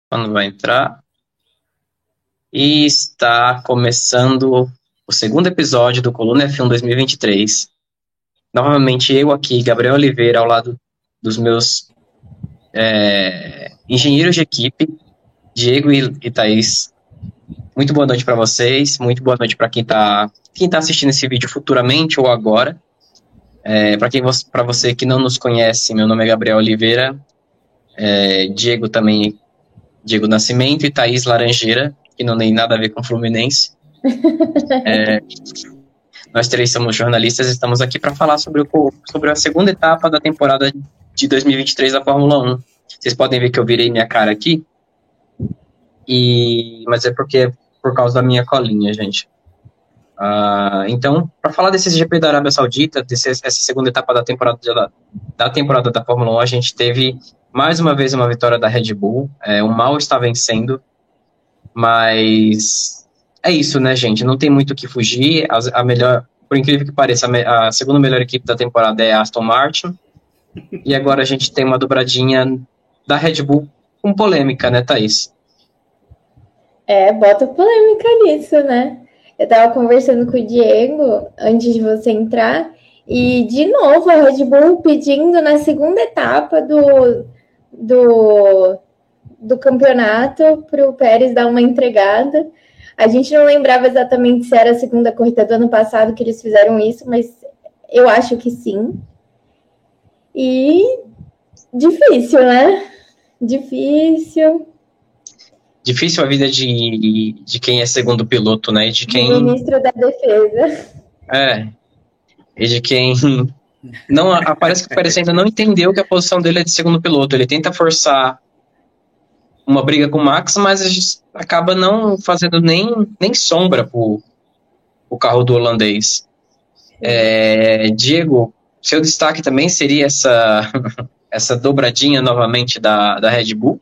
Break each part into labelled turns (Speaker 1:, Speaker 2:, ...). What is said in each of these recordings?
Speaker 1: Quando vai entrar. E está começando o segundo episódio do Coluna F1 2023. Novamente eu aqui, Gabriel Oliveira, ao lado dos meus engenheiros de equipe, Diego e Thaís. Muito boa noite para vocês, muito boa noite para quem tá assistindo esse vídeo futuramente ou agora. Para você que não nos conhece, meu nome é Gabriel Oliveira, Diego também, Diego Nascimento e Thaís Laranjeira, que não tem nada a ver com Fluminense. Nós três somos jornalistas e estamos aqui para falar sobre a segunda etapa da temporada de 2023 da Fórmula 1. Vocês podem ver que eu virei minha cara aqui, mas é por causa da minha colinha, gente. Então, para falar desse GP da Arábia Saudita, essa segunda etapa da temporada da Fórmula 1, a gente teve mais uma vez uma vitória da Red Bull. O mal está vencendo, mas é isso, né, gente? Não tem muito o que fugir. A melhor, por incrível que pareça, a segunda melhor equipe da temporada é a Aston Martin. E agora a gente tem uma dobradinha da Red Bull com polêmica, né, Thaís?
Speaker 2: Bota polêmica nisso, né? Eu tava conversando com o Diego antes de você entrar, e de novo a Red Bull pedindo na segunda etapa do campeonato para o Pérez dar uma entregada. A gente não lembrava exatamente se era a segunda corrida do ano passado que eles fizeram isso, mas eu acho que sim. E difícil, né? Difícil.
Speaker 1: Difícil a vida de quem é segundo piloto, né?
Speaker 2: O ministro da Defesa.
Speaker 1: E de quem não parece que o Pérez ainda não entendeu que a posição dele é de segundo piloto. Ele tenta forçar uma briga com o Max, mas acaba não fazendo nem sombra pro carro do holandês. Diego, seu destaque também seria essa dobradinha novamente da Red Bull?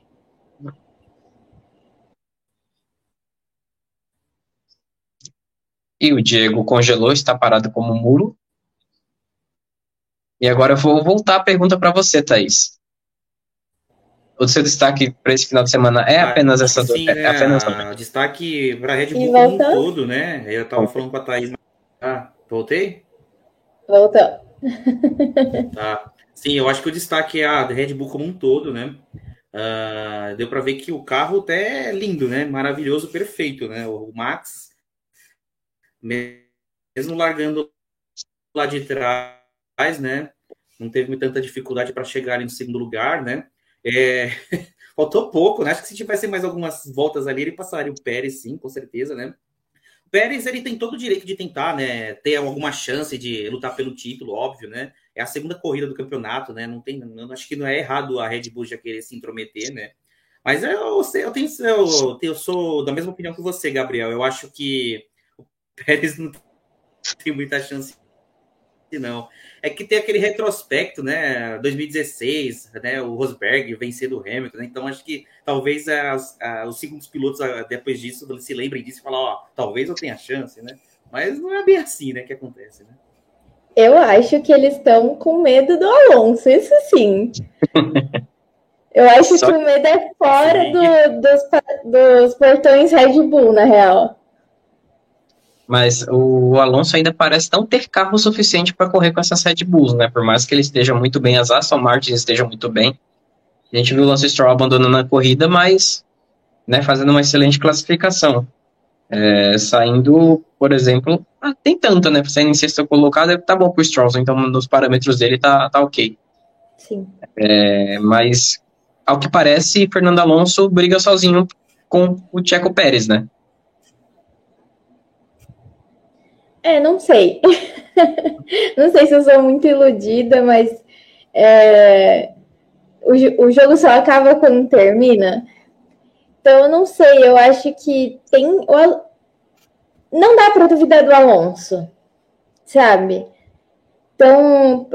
Speaker 1: E o Diego congelou, está parado como um muro. E agora eu vou voltar a pergunta para você, Thaís. O seu destaque para esse final de semana é apenas
Speaker 3: acho
Speaker 1: essa
Speaker 3: que sim, né?
Speaker 1: apenas
Speaker 3: Destaque para a Red Bull como um todo, né? Eu estava falando com a Thaís. Voltei?
Speaker 2: Voltou.
Speaker 3: Tá. Sim, eu acho que o destaque é a Red Bull como um todo, né? Deu para ver que o carro até é lindo, né? Maravilhoso, perfeito, né? O Max, mesmo largando lá de trás, né? Não teve tanta dificuldade para chegar no segundo lugar, né? Faltou pouco, né? Acho que se tivesse mais algumas voltas ali, ele passaria o Pérez, sim, com certeza, né? O Pérez, ele tem todo o direito de tentar, né? Ter alguma chance de lutar pelo título, óbvio, né? É a segunda corrida do campeonato, né? Acho que não é errado a Red Bull já querer se intrometer, né? Mas eu sou da mesma opinião que você, Gabriel. Eu acho que o Pérez não tem muita chance, não. É que tem aquele retrospecto, né? 2016, né? O Rosberg vencendo o Hamilton, né? Então acho que talvez os segundos pilotos depois disso se lembrem disso e falar, ó, talvez eu tenha chance, né? Mas não é bem assim, né, que acontece, né?
Speaker 2: Eu acho que eles estão com medo do Alonso, isso sim. Eu acho que o medo é fora dos portões Red Bull, na real.
Speaker 1: Mas o Alonso ainda parece não ter carro suficiente para correr com essas Red Bulls, né? Por mais que ele esteja muito bem, as Aston Martin estejam muito bem. A gente viu o Lance Stroll abandonando a corrida, mas, né, fazendo uma excelente classificação. Saindo, por exemplo, tem tanto, né? Saindo em sexto colocado, tá bom pro Stroll, então nos parâmetros dele tá ok.
Speaker 2: Sim.
Speaker 1: Mas, ao que parece, Fernando Alonso briga sozinho com o Checo Pérez, né?
Speaker 2: Não sei. Não sei se eu sou muito iludida, mas o jogo só acaba quando termina. Então, eu não sei. Eu acho que não dá para duvidar do Alonso, sabe? Então,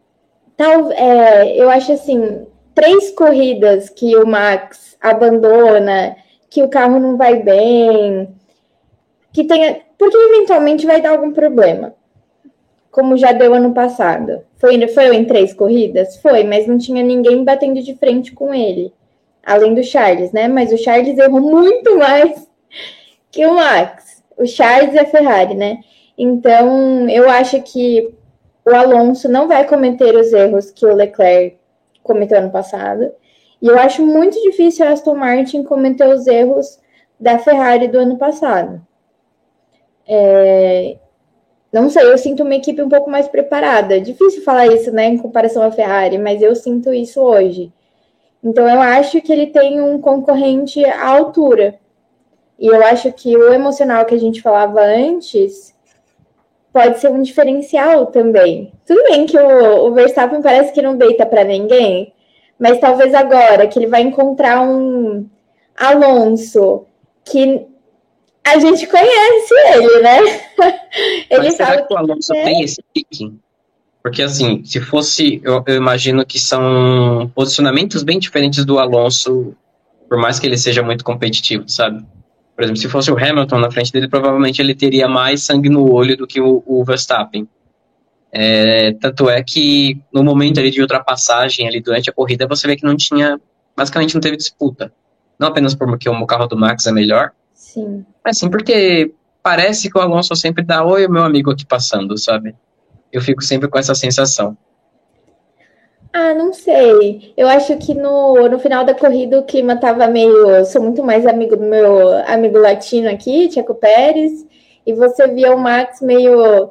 Speaker 2: eu acho assim, 3 corridas que o Max abandona, que o carro não vai bem, porque eventualmente vai dar algum problema, como já deu ano passado. Foi em 3 corridas? Foi, mas não tinha ninguém batendo de frente com ele. além do Charles, né? Mas o Charles errou muito mais que o Max. O Charles é a Ferrari, né? Então, eu acho que o Alonso não vai cometer os erros que o Leclerc cometeu ano passado. E eu acho muito difícil a Aston Martin cometer os erros da Ferrari do ano passado. Não sei, eu sinto uma equipe um pouco mais preparada. Difícil falar isso, né, em comparação à Ferrari, mas eu sinto isso hoje. Então, eu acho que ele tem um concorrente à altura. E eu acho que o emocional que a gente falava antes pode ser um diferencial também. Tudo bem que o Verstappen parece que não deita para ninguém, mas talvez agora que ele vai encontrar um Alonso que a gente conhece ele, né?
Speaker 1: Ele mas será que o Alonso tem esse pique? Porque, assim, se fosse... Eu imagino que são posicionamentos bem diferentes do Alonso, por mais que ele seja muito competitivo, sabe? Por exemplo, se fosse o Hamilton na frente dele, provavelmente ele teria mais sangue no olho do que o Verstappen. Tanto é que no momento ali de ultrapassagem, ali durante a corrida, você vê que não tinha... Basicamente não teve disputa. Não apenas porque o carro do Max é melhor,
Speaker 2: sim,
Speaker 1: mas sim porque parece que o Alonso sempre dá oi, meu amigo aqui passando, sabe? Eu fico sempre com essa sensação.
Speaker 2: Não sei. Eu acho que no final da corrida o clima tava meio... Sou muito mais amigo do meu amigo latino aqui, Checo Pérez, e você via o Max meio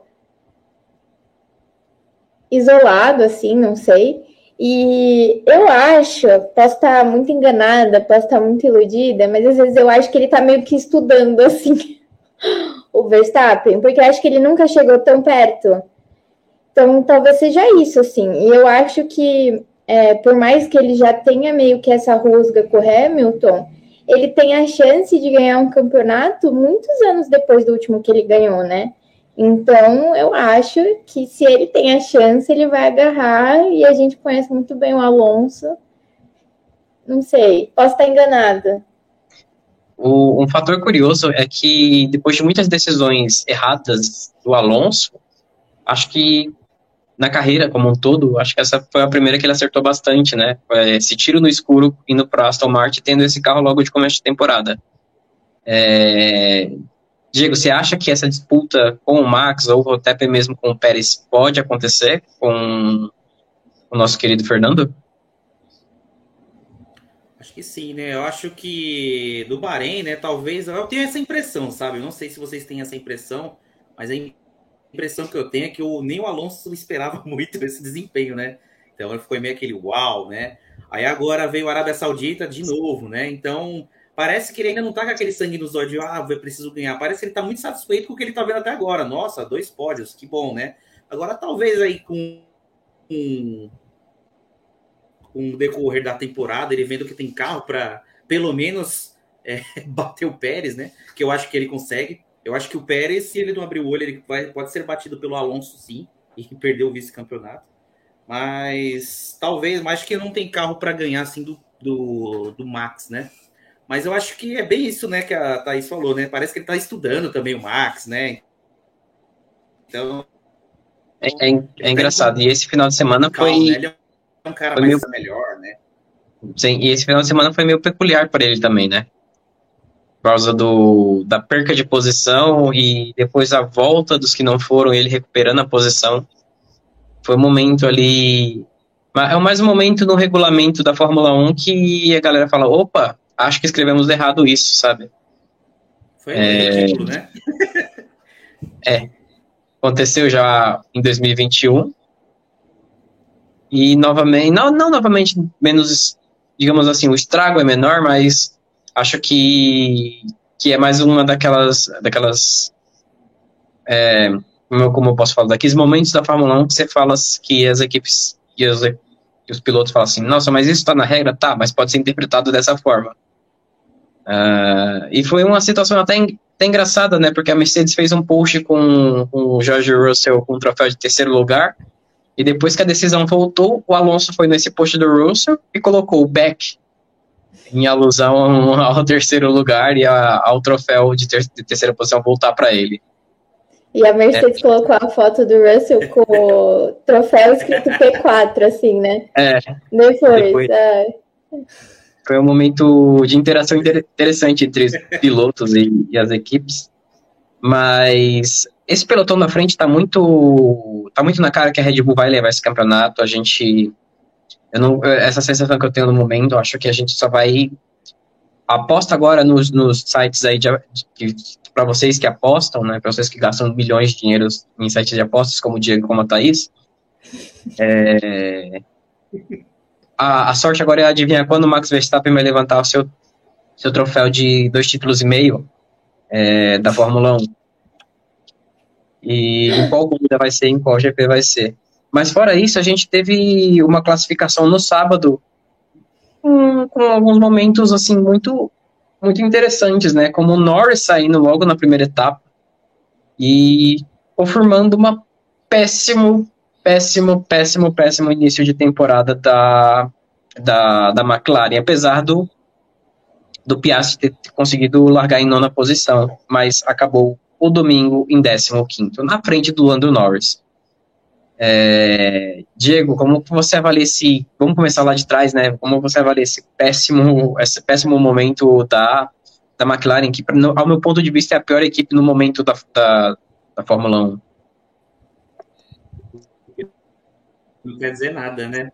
Speaker 2: isolado, assim, não sei. E eu acho, posso estar muito enganada, posso estar muito iludida, mas às vezes eu acho que ele tá meio que estudando, assim, o Verstappen, porque eu acho que ele nunca chegou tão perto. Então, talvez seja isso, assim. E eu acho que, por mais que ele já tenha meio que essa rusga com o Hamilton, ele tem a chance de ganhar um campeonato muitos anos depois do último que ele ganhou, né? Então, eu acho que se ele tem a chance, ele vai agarrar, e a gente conhece muito bem o Alonso. Não sei, posso estar enganada.
Speaker 1: Um fator curioso é que, depois de muitas decisões erradas do Alonso, acho que na carreira como um todo, acho que essa foi a primeira que ele acertou bastante, né? Esse tiro no escuro indo para Aston Martin, tendo esse carro logo de começo de temporada. Diego, você acha que essa disputa com o Max, ou até mesmo com o Pérez, pode acontecer com o nosso querido Fernando?
Speaker 3: Acho que sim, né? Eu acho que do Bahrein, né? Talvez, eu tenho essa impressão, sabe? Eu não sei se vocês têm essa impressão, mas a impressão que eu tenho é que nem o Alonso esperava muito esse desempenho, né? Então ele ficou meio aquele uau, né? Aí agora veio a Arábia Saudita de novo, né? Então parece que ele ainda não tá com aquele sangue nos olhos de, eu preciso ganhar. Parece que ele tá muito satisfeito com o que ele tá vendo até agora. Nossa, 2 pódios, que bom, né? Agora talvez aí com o decorrer da temporada, ele vendo que tem carro para pelo menos bater o Pérez, né? Que eu acho que ele consegue. Eu acho que o Pérez, se ele não abrir o olho, ele pode ser batido pelo Alonso, sim, e perder o vice-campeonato. Mas talvez, mas acho que não tem carro para ganhar assim do Max, né? Mas eu acho que é bem isso, né, que a Thaís falou, né? Parece que ele está estudando também o Max, né? Então
Speaker 1: é engraçado. E esse final de semana
Speaker 3: calma,
Speaker 1: foi...
Speaker 3: Né? Ele é um cara mais melhor, né?
Speaker 1: Sim, e esse final de semana foi meio peculiar para ele também, né? Por causa da perca de posição e depois a volta dos que não foram, ele recuperando a posição. Foi um momento ali... É mais um momento no regulamento da Fórmula 1 que a galera fala, opa, acho que escrevemos errado isso, sabe?
Speaker 3: Foi ridículo, né?
Speaker 1: Aconteceu já em 2021. E novamente, não novamente menos, digamos assim, o estrago é menor, mas acho que é mais uma daquelas como eu posso falar, daqueles momentos da Fórmula 1 que você fala que as equipes e os pilotos falam assim, nossa, mas isso está na regra? Tá, mas pode ser interpretado dessa forma. E foi uma situação até engraçada, né, porque a Mercedes fez um post com o George Russell com o troféu de terceiro lugar, e depois que a decisão voltou, o Alonso foi nesse post do Russell e colocou o back, em alusão ao terceiro lugar e ao troféu de terceira posição voltar para ele.
Speaker 2: E a Mercedes colocou a foto do Russell com o troféu escrito P4, assim, né?
Speaker 1: Depois. Foi um momento de interação interessante entre os pilotos e as equipes. Mas esse pelotão da frente tá muito na cara que a Red Bull vai levar esse campeonato. Essa sensação que eu tenho no momento, acho que a gente só vai aposta agora nos sites aí para vocês que apostam, né? Para vocês que gastam milhões de dinheiros em sites de apostas, como o Diego, como a Thaís. A sorte agora é adivinhar quando o Max Verstappen vai levantar o seu troféu de 2,5 títulos da Fórmula 1. E em qual corrida vai ser, em qual GP vai ser. Mas fora isso, a gente teve uma classificação no sábado com alguns momentos assim muito, muito interessantes, né? Como o Norris saindo logo na primeira etapa e confirmando uma péssimo início de temporada da McLaren, apesar do Piastri ter conseguido largar em 9ª posição, mas acabou o domingo em 15º, na frente do Lando Norris. Diego, como você avalia vamos começar lá de trás, né? Como você avalia esse péssimo momento da McLaren, que ao meu ponto de vista é a pior equipe no momento da Fórmula 1?
Speaker 3: Não quer dizer nada, né?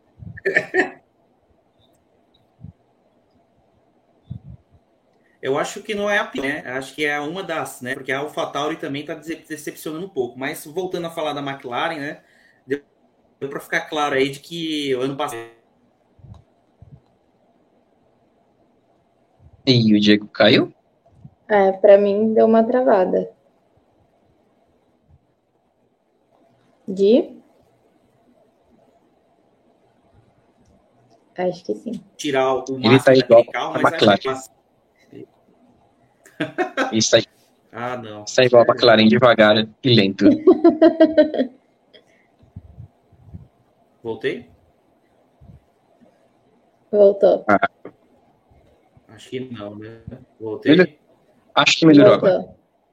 Speaker 3: Eu acho que não é a pior, né? Acho que é uma das, né? Porque a AlphaTauri também está decepcionando um pouco. Mas voltando a falar da McLaren, né? Deu para ficar claro aí de que o ano passado.
Speaker 1: E o Diego caiu?
Speaker 2: Para mim deu uma travada. Acho que sim.
Speaker 3: Tirar o máximo
Speaker 1: ele tá igual
Speaker 3: carro,
Speaker 1: a McLaren. Isso aí.
Speaker 3: Não.
Speaker 1: Isso é igual a McLaren, devagar e lento.
Speaker 3: Voltei?
Speaker 2: Voltou.
Speaker 3: Acho que não, né? Voltei.
Speaker 1: Acho que melhorou agora.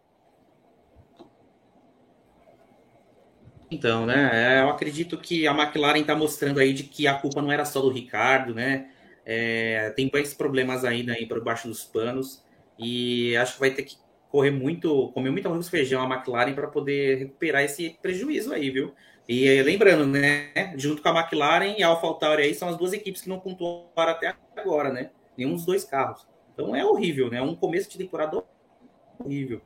Speaker 3: Então, né? Eu acredito que a McLaren está mostrando aí de que a culpa não era só do Ricardo, né? Tem vários problemas ainda aí por baixo dos panos. E acho que vai ter que comer muito arroz e feijão a McLaren para poder recuperar esse prejuízo aí, viu? E lembrando, né? Junto com a McLaren e a AlphaTauri aí são as duas equipes que não pontuaram até agora, né? Nenhum dos dois carros. Então é horrível, né? Um começo de temporada horrível.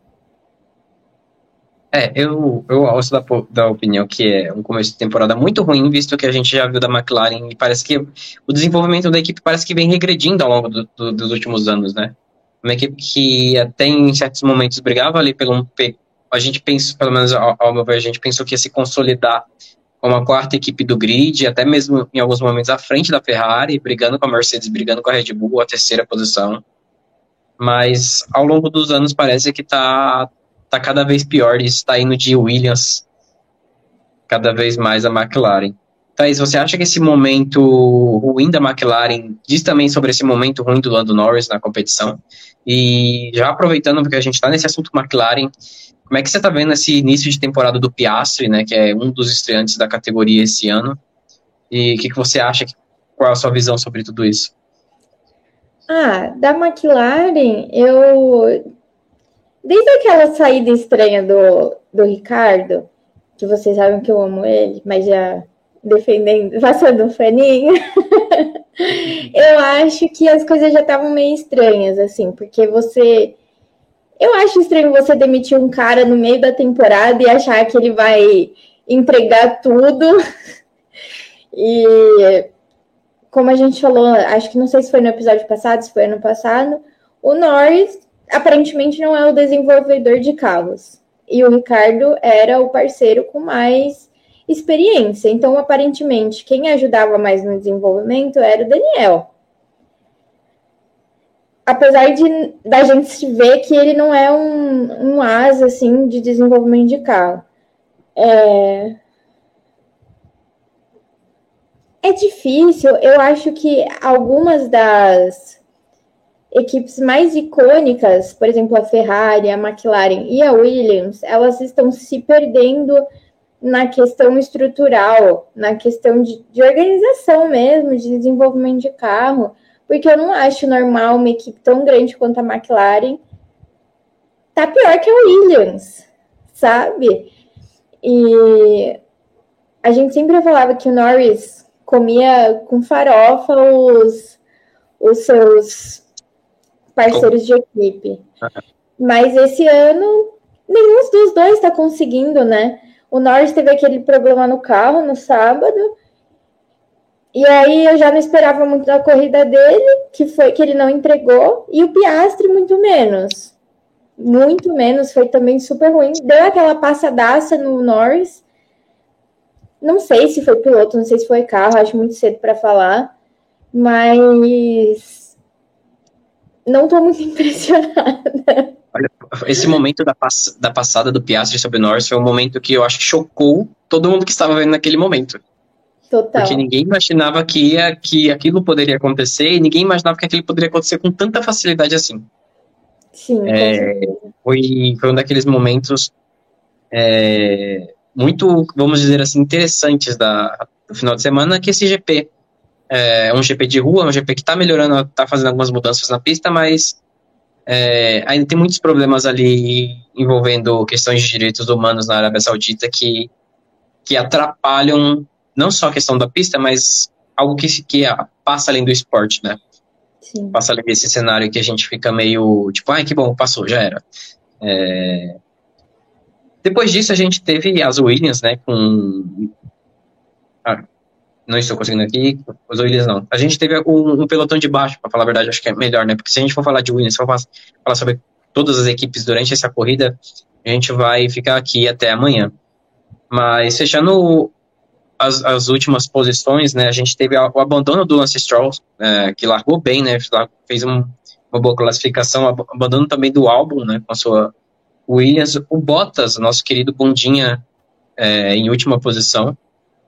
Speaker 1: Eu gosto da opinião que é um começo de temporada muito ruim, visto que a gente já viu da McLaren e parece que o desenvolvimento da equipe parece que vem regredindo ao longo dos últimos anos, né? Uma equipe que até em certos momentos brigava ali a gente pensa, pelo menos ao meu ver, a gente pensou que ia se consolidar como a quarta equipe do grid, até mesmo em alguns momentos à frente da Ferrari, brigando com a Mercedes, brigando com a Red Bull, a terceira posição. Mas ao longo dos anos parece que tá cada vez pior, e está indo de Williams cada vez mais a McLaren. Thaís, você acha que esse momento ruim da McLaren diz também sobre esse momento ruim do Lando Norris na competição? E já aproveitando, porque a gente está nesse assunto McLaren, como é que você está vendo esse início de temporada do Piastri, né, que é um dos estreantes da categoria esse ano? E o que você acha? Qual é a sua visão sobre tudo isso?
Speaker 2: Da McLaren, desde aquela saída estranha do Ricardo, que vocês sabem que eu amo ele, mas já defendendo, passando um faninho, eu acho que as coisas já estavam meio estranhas, assim, porque eu acho estranho você demitir um cara no meio da temporada e achar que ele vai entregar tudo. E como a gente falou, acho que não sei se foi no episódio passado, se foi ano passado, o Norris aparentemente não é o desenvolvedor de carros. E o Ricardo era o parceiro com mais experiência. Então, aparentemente, quem ajudava mais no desenvolvimento era o Daniel. Apesar da gente ver que ele não é um asa assim, de desenvolvimento de carro. É difícil. Eu acho que algumas das equipes mais icônicas, por exemplo, a Ferrari, a McLaren e a Williams, elas estão se perdendo na questão estrutural, na questão de organização mesmo, de desenvolvimento de carro, porque eu não acho normal uma equipe tão grande quanto a McLaren tá pior que a Williams, sabe? E a gente sempre falava que o Norris comia com farofa os seus parceiros de equipe. Mas esse ano, nenhum dos dois está conseguindo, né? O Norris teve aquele problema no carro no sábado. E aí eu já não esperava muito da corrida dele, que foi que ele não entregou. E o Piastri, muito menos. Muito menos, foi também super ruim. Deu aquela passadaça no Norris. Não sei se foi piloto, não sei se foi carro, acho muito cedo para falar. Mas não estou muito impressionada.
Speaker 1: Olha, esse momento da passada do Piastri sobre o Norris foi um momento que eu acho que chocou todo mundo que estava vendo naquele momento.
Speaker 2: Total.
Speaker 1: Porque ninguém imaginava que aquilo poderia acontecer e ninguém imaginava que aquilo poderia acontecer com tanta facilidade assim.
Speaker 2: Sim,
Speaker 1: foi um daqueles momentos muito, vamos dizer assim, interessantes do final de semana, que esse GP é um GP de rua, um GP que está melhorando, está fazendo algumas mudanças na pista, mas ainda tem muitos problemas ali envolvendo questões de direitos humanos na Arábia Saudita que atrapalham não só a questão da pista, mas algo que passa além do esporte, né?
Speaker 2: Sim.
Speaker 1: Passa além desse cenário que a gente fica meio tipo, ai, que bom, passou, já era. Depois disso, a gente teve as Williams, né, não estou conseguindo aqui, as Williams não. A gente teve um pelotão de baixo, para falar a verdade, acho que é melhor, né? Porque se a gente for falar de Williams, se for falar sobre todas as equipes durante essa corrida, a gente vai ficar aqui até amanhã. Mas fechando as últimas posições, né, a gente teve o abandono do Lance Stroll, que largou bem, né, fez uma boa classificação, abandono também do Albon, né, com a sua Williams, o Bottas, nosso querido Bundinha, em última posição,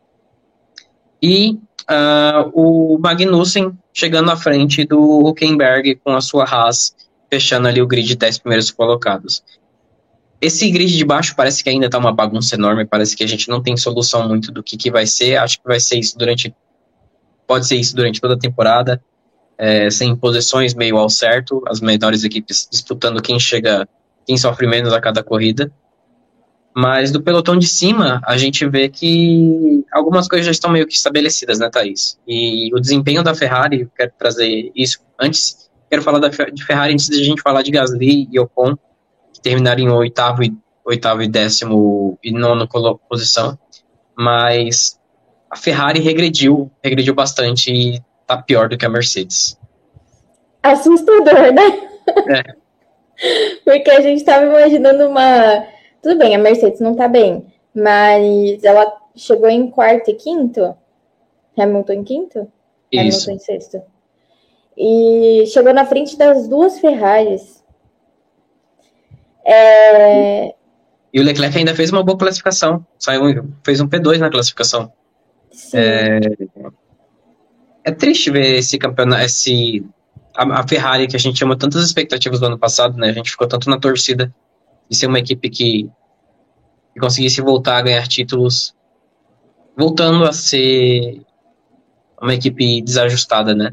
Speaker 1: e o Magnussen chegando à frente do Hülkenberg com a sua Haas, fechando ali o grid de 10 primeiros colocados. Esse grid de baixo parece que ainda tá uma bagunça enorme, parece que a gente não tem solução muito do que vai ser, acho que vai ser isso pode ser isso durante toda a temporada, sem posições meio ao certo, as menores equipes disputando quem sofre menos a cada corrida, mas do pelotão de cima, a gente vê que algumas coisas já estão meio que estabelecidas, né, Thaís? E o desempenho da Ferrari, eu quero trazer isso antes, quero falar de Ferrari antes de a gente falar de Gasly e Ocon, que terminaram em oitavo e décimo e nono posição, mas a Ferrari regrediu bastante e tá pior do que a Mercedes.
Speaker 2: Assustador, né? Porque a gente tava imaginando tudo bem, a Mercedes não tá bem, mas ela chegou em quarto e quinto, Hamilton em quinto?
Speaker 1: Isso.
Speaker 2: Hamilton em sexto. E chegou na frente das duas Ferraris.
Speaker 1: E o Leclerc ainda fez uma boa classificação. Fez um P2 na classificação.
Speaker 2: Sim.
Speaker 1: É triste ver esse campeonato, a Ferrari, que a gente tinha tantas expectativas do ano passado, né? A gente ficou tanto na torcida de ser uma equipe que conseguisse voltar a ganhar títulos, voltando a ser uma equipe desajustada, né?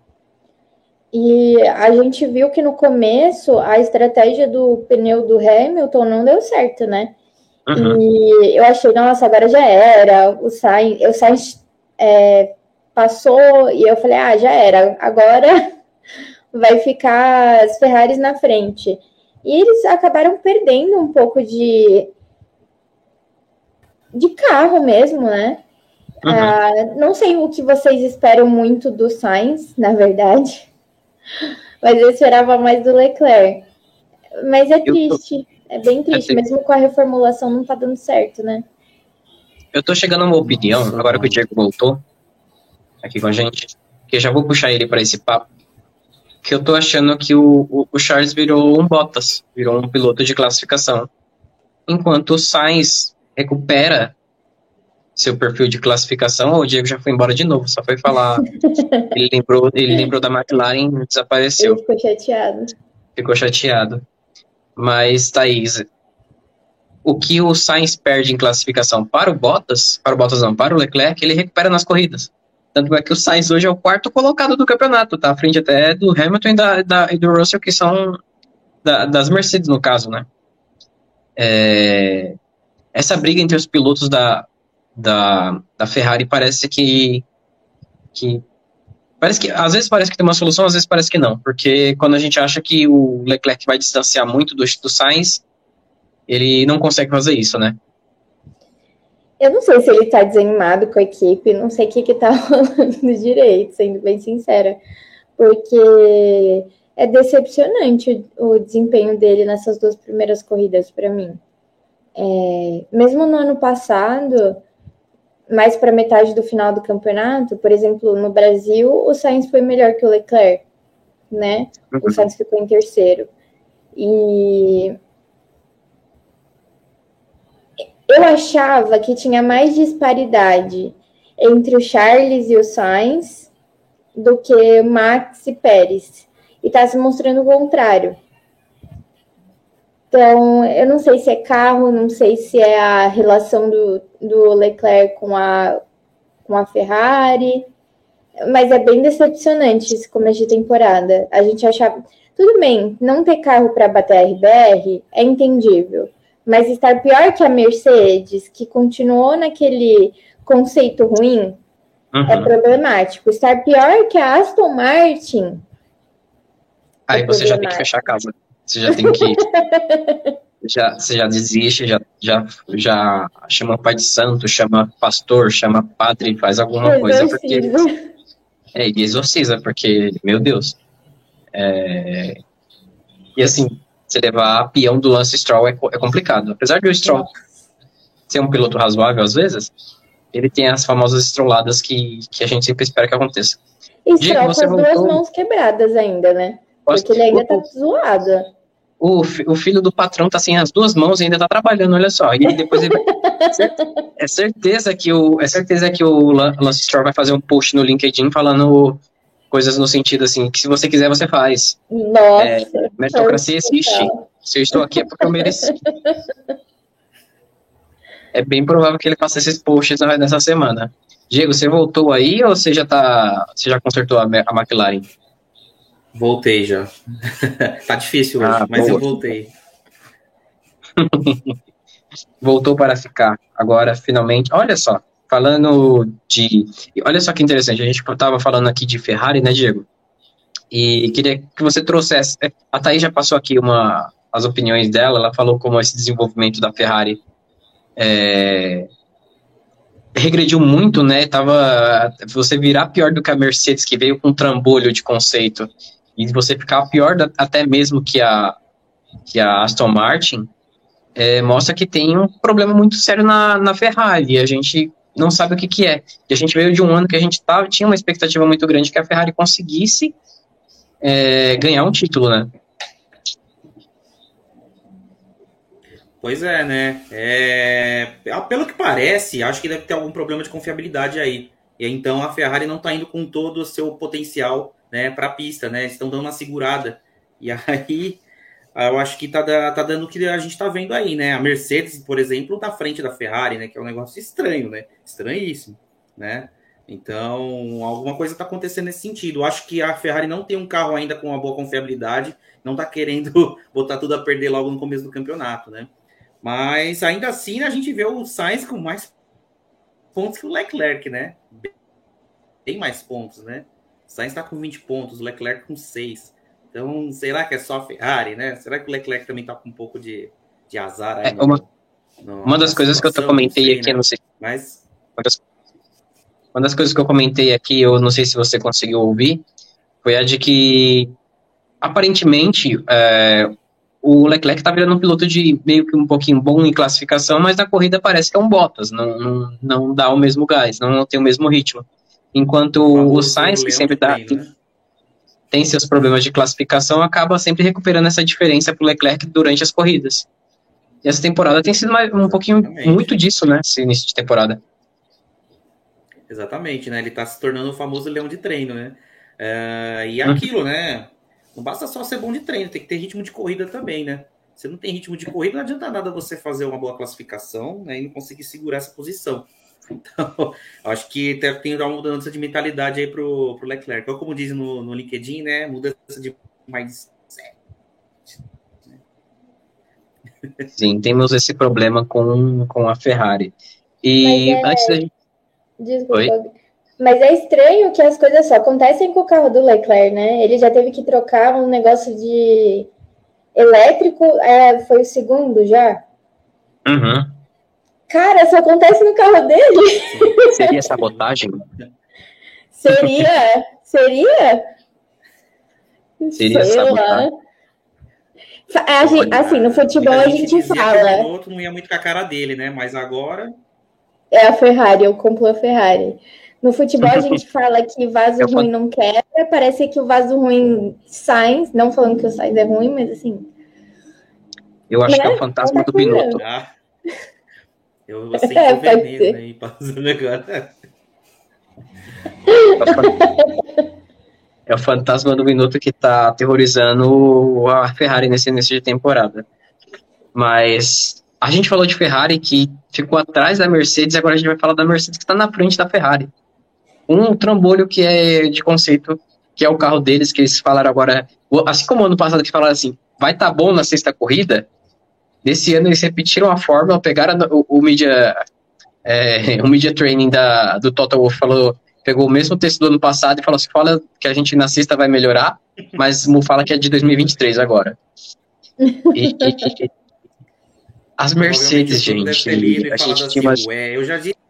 Speaker 2: E a gente viu que no começo a estratégia do pneu do Hamilton não deu certo, né?
Speaker 1: Uhum.
Speaker 2: E eu achei, nossa, agora já era. O Sainz passou e eu falei, já era. Agora vai ficar as Ferraris na frente. E eles acabaram perdendo um pouco de carro mesmo, né?
Speaker 1: Uhum.
Speaker 2: Não sei o que vocês esperam muito do Sainz, na verdade. Mas eu esperava mais do Leclerc. Mas é triste. É bem triste. Mesmo com a reformulação não tá dando certo, né?
Speaker 1: Eu tô chegando a uma opinião, agora que o Diego voltou aqui com a gente, que eu já vou puxar ele para esse papo, que eu tô achando que o Charles virou um Bottas, virou um piloto de classificação. Enquanto o Sainz recupera seu perfil de classificação, o Diego já foi embora de novo, só foi falar. Ele lembrou da McLaren e desapareceu.
Speaker 2: Ele ficou chateado.
Speaker 1: Ficou chateado. Mas, Thaís, o que o Sainz perde em classificação para o Bottas não, para o Leclerc, ele recupera nas corridas. Tanto é que o Sainz hoje é o quarto colocado do campeonato, tá à frente até do Hamilton e do Russell, que são das Mercedes, no caso, né? Essa briga entre os pilotos da Ferrari que parece que às vezes parece que tem uma solução, às vezes parece que não, porque quando a gente acha que o Leclerc vai distanciar muito do Sainz, ele não consegue fazer isso, né?
Speaker 2: Eu não sei se ele tá desanimado com a equipe, não sei o que tá rolando direito, sendo bem sincera, porque é decepcionante o desempenho dele nessas 2 primeiras corridas para mim. Mesmo no ano passado, mais para metade do final do campeonato, por exemplo, no Brasil, o Sainz foi melhor que o Leclerc, né? O Sainz ficou em terceiro. E eu achava que tinha mais disparidade entre o Charles e o Sainz do que Max e Pérez. E está se mostrando o contrário. Então, eu não sei se é carro, não sei se é a relação do Leclerc com a Ferrari, mas é bem decepcionante esse começo de temporada. A gente achava... Tudo bem, não ter carro para bater a RBR é entendível, mas estar pior que a Mercedes, que continuou naquele conceito ruim, é problemático. Estar pior que a Aston Martin...
Speaker 1: Aí você já tem que fechar a casa. Você já tem que... você já desiste, já chama pai de santo, chama pastor, chama padre, faz alguma coisa, porque... E exorciza, porque, meu Deus. E assim, você levar a peão do Lance Stroll é complicado. Apesar de o Stroll ser um piloto razoável às vezes, ele tem as famosas estroladas que a gente sempre espera que aconteça.
Speaker 2: E Stroll com as 2 mãos quebradas ainda, né? Porque ele ainda tá zoado.
Speaker 1: O filho do patrão tá sem as 2 mãos e ainda tá trabalhando, olha só. E depois ele é certeza que o Lance Stroll vai fazer um post no LinkedIn falando coisas no sentido assim, que se você quiser, você faz.
Speaker 2: Nossa.
Speaker 1: Meritocracia existe. Se eu estou aqui é porque eu mereci. É bem provável que ele faça esses posts nessa semana. Diego, você voltou aí ou você já consertou a McLaren?
Speaker 3: Voltei já. Tá difícil hoje, mas boa. Eu voltei.
Speaker 1: Voltou para ficar. Agora, finalmente. Olha só, olha só que interessante. A gente estava falando aqui de Ferrari, né, Diego? E queria que você trouxesse... A Thaís já passou aqui as opiniões dela. Ela falou como esse desenvolvimento da Ferrari regrediu muito, né? Você virar pior do que a Mercedes, que veio com um trambolho de conceito, e você ficar pior até mesmo que a Aston Martin, mostra que tem um problema muito sério na Ferrari, e a gente não sabe o que é. E a gente veio de um ano que a gente tinha uma expectativa muito grande que a Ferrari conseguisse ganhar um título, né?
Speaker 3: Pois é, né? Pelo que parece, acho que deve ter algum problema de confiabilidade aí. E então a Ferrari não está indo com todo o seu potencial, né, para a pista, né? Estão dando uma segurada. E aí eu acho que tá dando o que a gente está vendo aí, né? A Mercedes, por exemplo, tá à frente da Ferrari, né? Que é um negócio estranho, né? Estranhíssimo, né? Então, alguma coisa está acontecendo nesse sentido. Eu acho que a Ferrari não tem um carro ainda com uma boa confiabilidade, não está querendo botar tudo a perder logo no começo do campeonato, né? Mas ainda assim a gente vê o Sainz com mais pontos que o Leclerc, né? Tem mais pontos, né? O Sainz está com 20 pontos, o Leclerc com 6. Então, será que é só a Ferrari, né? Será que o Leclerc também está com um pouco de azar aí?
Speaker 1: Uma das coisas que eu comentei aqui, né? Não sei.
Speaker 3: Mas...
Speaker 1: Uma das coisas que eu comentei aqui, eu não sei se você conseguiu ouvir, foi a de que, aparentemente, o Leclerc tá virando um piloto de meio que um pouquinho bom em classificação, mas na corrida parece que é um Bottas, não dá o mesmo gás, não tem o mesmo ritmo. Enquanto o Sainz, que sempre tem seus problemas de classificação, acaba sempre recuperando essa diferença pro Leclerc durante as corridas. E essa temporada tem sido um pouquinho, muito disso, né, esse início de temporada.
Speaker 3: Exatamente, né, ele tá se tornando o famoso leão de treino, né, e aquilo, né, não basta só ser bom de treino, tem que ter ritmo de corrida também, né? Se não tem ritmo de corrida, não adianta nada você fazer uma boa classificação, né, e não conseguir segurar essa posição. Então, acho que tem que dar uma mudança de mentalidade aí pro Leclerc. Então, como diz no LinkedIn, né? Mudança de mindset.
Speaker 1: Sim, temos esse problema com a Ferrari.
Speaker 2: Mas
Speaker 1: E antes da gente. Oi?
Speaker 2: desculpa. Mas é estranho que as coisas só acontecem com o carro do Leclerc, né? Ele já teve que trocar um negócio de elétrico, foi o segundo já.
Speaker 1: Uhum.
Speaker 2: Cara, só acontece no carro dele.
Speaker 1: Seria sabotagem?
Speaker 2: Seria?
Speaker 1: Seria
Speaker 2: Sei
Speaker 1: sabotagem.
Speaker 2: lá. Assim, no futebol a gente fala.
Speaker 3: O outro não ia muito com a cara dele, né? Mas agora.
Speaker 2: É a Ferrari, eu compro a Ferrari. No futebol a gente fala que vaso ruim não quebra, parece que o vaso ruim Sainz, não falando que o Sainz é ruim, mas assim.
Speaker 1: Eu acho que é o fantasma do Binotto.
Speaker 3: Eu vou sentir o veneno aí, passando agora.
Speaker 1: É o fantasma do Binotto que tá aterrorizando a Ferrari nesse início de temporada. Mas a gente falou de Ferrari que ficou atrás da Mercedes, agora a gente vai falar da Mercedes que está na frente da Ferrari. Um trambolho que é de conceito, que é o carro deles, que eles falaram agora, assim como ano passado que falaram assim, vai tá bom na sexta corrida, nesse ano eles repetiram a fórmula, pegaram o media training do Toto Wolff, pegou o mesmo texto do ano passado e falou assim, fala que a gente na sexta vai melhorar, mas fala que é de 2023 agora. As Mercedes, gente, a gente tinha umas...
Speaker 3: eu já disse...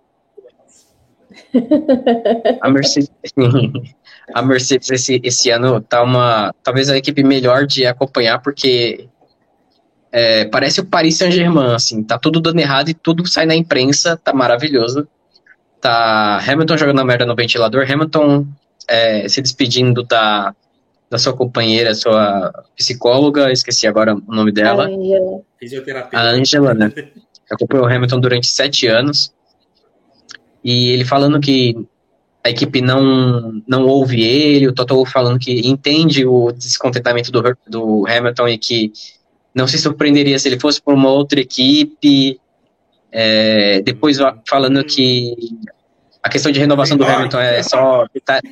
Speaker 1: A Mercedes esse ano tá talvez a equipe melhor de acompanhar, porque parece o Paris Saint-Germain, assim, tá tudo dando errado e tudo sai na imprensa, tá maravilhoso. Tá Hamilton jogando a merda no ventilador, Hamilton se despedindo da sua companheira, sua psicóloga, esqueci agora o nome dela. A Angela, né? Acompanhou o Hamilton durante 7 anos. E ele falando que a equipe não ouve ele, o Toto Wolff falando que entende o descontentamento do Hamilton e que não se surpreenderia se ele fosse por uma outra equipe. Depois falando que a questão de renovação do Hamilton é só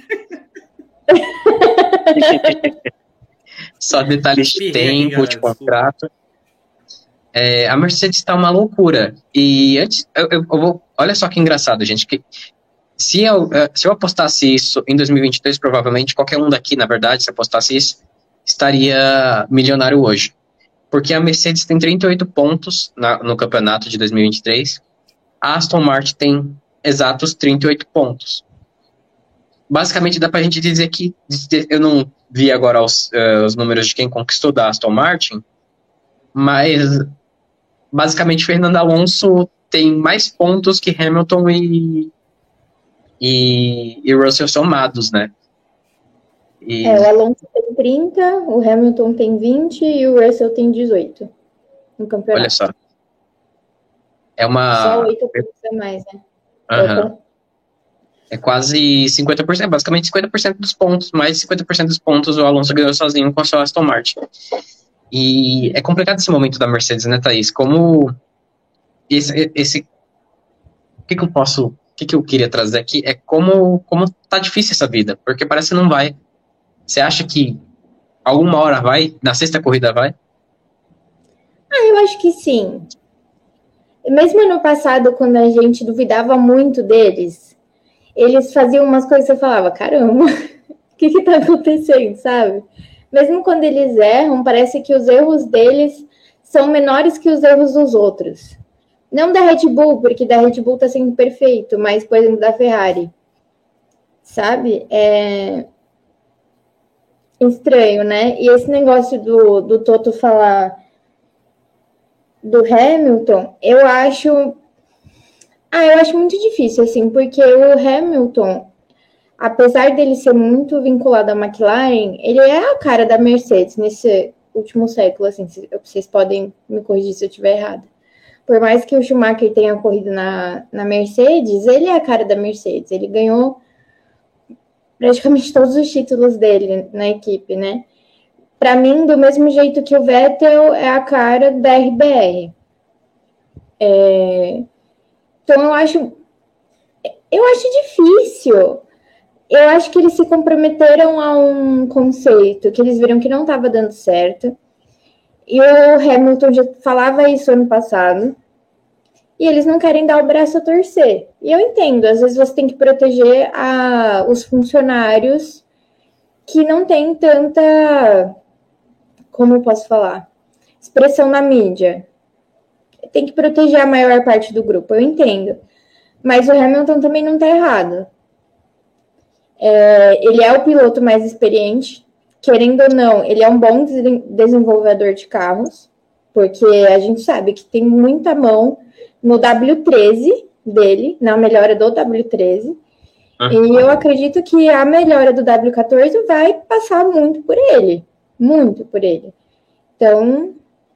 Speaker 1: só detalhes de tempo, de contrato. A Mercedes está uma loucura. E antes, eu vou... Olha só que engraçado, gente, que se eu apostasse isso em 2022, provavelmente qualquer um daqui, na verdade, se apostasse isso, estaria milionário hoje. Porque a Mercedes tem 38 pontos no campeonato de 2023, a Aston Martin tem exatos 38 pontos. Basicamente, dá pra gente dizer que... Eu não vi agora os números de quem conquistou da Aston Martin, mas basicamente Fernando Alonso tem mais pontos que Hamilton e Russell somados, né?
Speaker 2: O Alonso tem 30, o Hamilton tem 20 e o Russell tem 18 no campeonato.
Speaker 1: Olha só.
Speaker 2: Só 8 pontos a mais, né?
Speaker 1: Uhum. É quase 50%, basicamente 50% dos pontos, mais de 50% dos pontos o Alonso ganhou sozinho com a sua Aston Martin. E é complicado esse momento da Mercedes, né, Thaís? Como o que eu queria trazer aqui é como tá difícil essa vida, porque parece que não vai. Você acha que alguma hora vai? Na sexta corrida vai?
Speaker 2: Eu acho que sim. Mesmo ano passado, quando a gente duvidava muito deles, eles faziam umas coisas que você falava, caramba, o que tá acontecendo, sabe? Mesmo quando eles erram, parece que os erros deles são menores que os erros dos outros. Não da Red Bull, porque da Red Bull tá sendo perfeito, mas, por exemplo, da Ferrari. Sabe? É estranho, né? E esse negócio do Toto falar do Hamilton, eu acho muito difícil, assim, porque o Hamilton, apesar dele ser muito vinculado à McLaren, ele é a cara da Mercedes nesse último século, assim, vocês podem me corrigir se eu estiver errada. Por mais que o Schumacher tenha corrido na Mercedes, ele é a cara da Mercedes, ele ganhou praticamente todos os títulos dele na equipe, né? Para mim, do mesmo jeito que o Vettel é a cara da RBR. Então, eu acho Eu acho difícil. Eu acho que eles se comprometeram a um conceito que eles viram que não estava dando certo. E o Hamilton já falava isso ano passado. E eles não querem dar o braço a torcer. E eu entendo, às vezes você tem que proteger os funcionários que não têm tanta, como eu posso falar, expressão na mídia. Tem que proteger a maior parte do grupo, eu entendo. Mas o Hamilton também não está errado. Ele é o piloto mais experiente, querendo ou não, ele é um bom desenvolvedor de carros, porque a gente sabe que tem muita mão no W13 dele, na melhora do W13, e eu acredito que a melhora do W14 vai passar muito por ele. Então,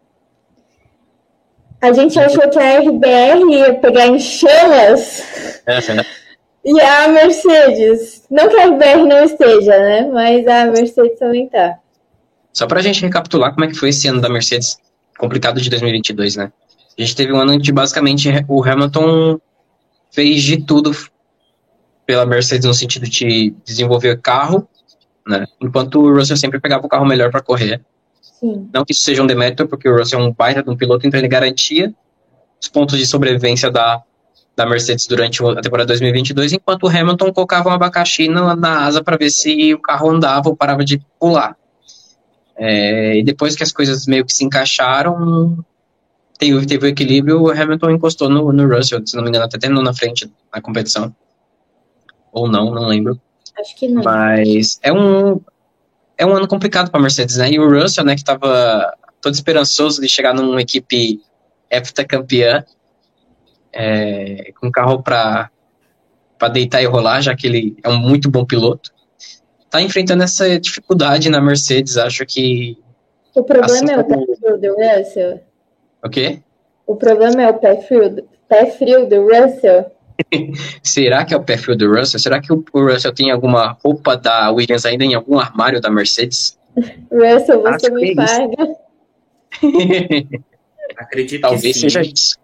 Speaker 2: a gente achou que a RBR ia pegar em chamas, e a Mercedes, não que a RBR não esteja, né, mas a Mercedes também tá.
Speaker 1: Só pra gente recapitular como é que foi esse ano da Mercedes, complicado de 2022, né? A gente teve um ano onde basicamente o Hamilton fez de tudo pela Mercedes no sentido de desenvolver carro, né? Enquanto o Russell sempre pegava o carro melhor para correr.
Speaker 2: Sim.
Speaker 1: Não que isso seja um demérito, porque o Russell é um baita de um piloto, então ele garantia os pontos de sobrevivência da Mercedes durante a temporada 2022, enquanto o Hamilton colocava um abacaxi na asa para ver se o carro andava ou parava de pular. E depois que as coisas meio que se encaixaram, teve o equilíbrio, o Hamilton encostou no Russell, se não me engano, até terminou na frente na competição. Ou não lembro.
Speaker 2: Acho que não.
Speaker 1: Mas é um ano complicado para a Mercedes, né? E o Russell, né, que estava todo esperançoso de chegar numa equipe heptacampeã, com carro para deitar e rolar, já que ele é um muito bom piloto, tá enfrentando essa dificuldade na Mercedes. Acho que...
Speaker 2: O problema é o pé frio do Russell.
Speaker 1: O quê?
Speaker 2: O problema é o pé frio do Russell.
Speaker 1: Será que é o pé frio do Russell? Será que o Russell tem alguma roupa da Williams ainda em algum armário da Mercedes?
Speaker 2: Russell, você me paga.
Speaker 3: Acredito
Speaker 1: Talvez
Speaker 3: que sim.
Speaker 1: seja isso.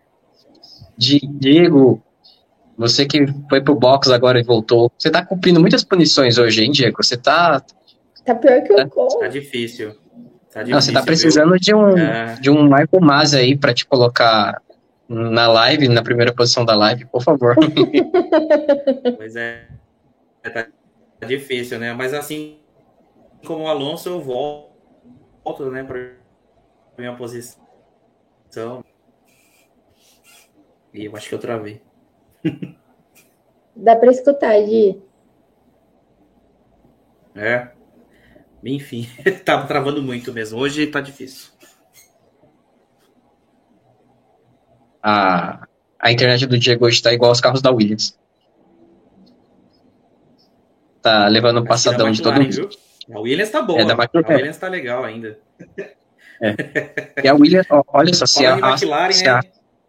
Speaker 1: Diego, você que foi pro box agora e voltou, você tá cumprindo muitas punições hoje, hein, Diego? Você tá...
Speaker 2: Tá pior que o Con.
Speaker 3: Tá difícil.
Speaker 1: Não, você tá precisando de um Michael Masi aí pra te colocar na live, na primeira posição da live, por favor.
Speaker 3: Pois tá difícil, né? Mas assim como o Alonso, eu volto, né, pra minha posição. E eu acho que eu travei.
Speaker 2: Dá pra escutar, Gi.
Speaker 3: Enfim, tá travando muito mesmo. Hoje tá difícil.
Speaker 1: A internet do Diego hoje tá igual aos carros da Williams. Tá levando um passadão de todo mundo.
Speaker 3: A Williams tá boa. A Williams tá legal ainda.
Speaker 1: E a Williams, olha só, se a
Speaker 3: McLaren,
Speaker 1: né?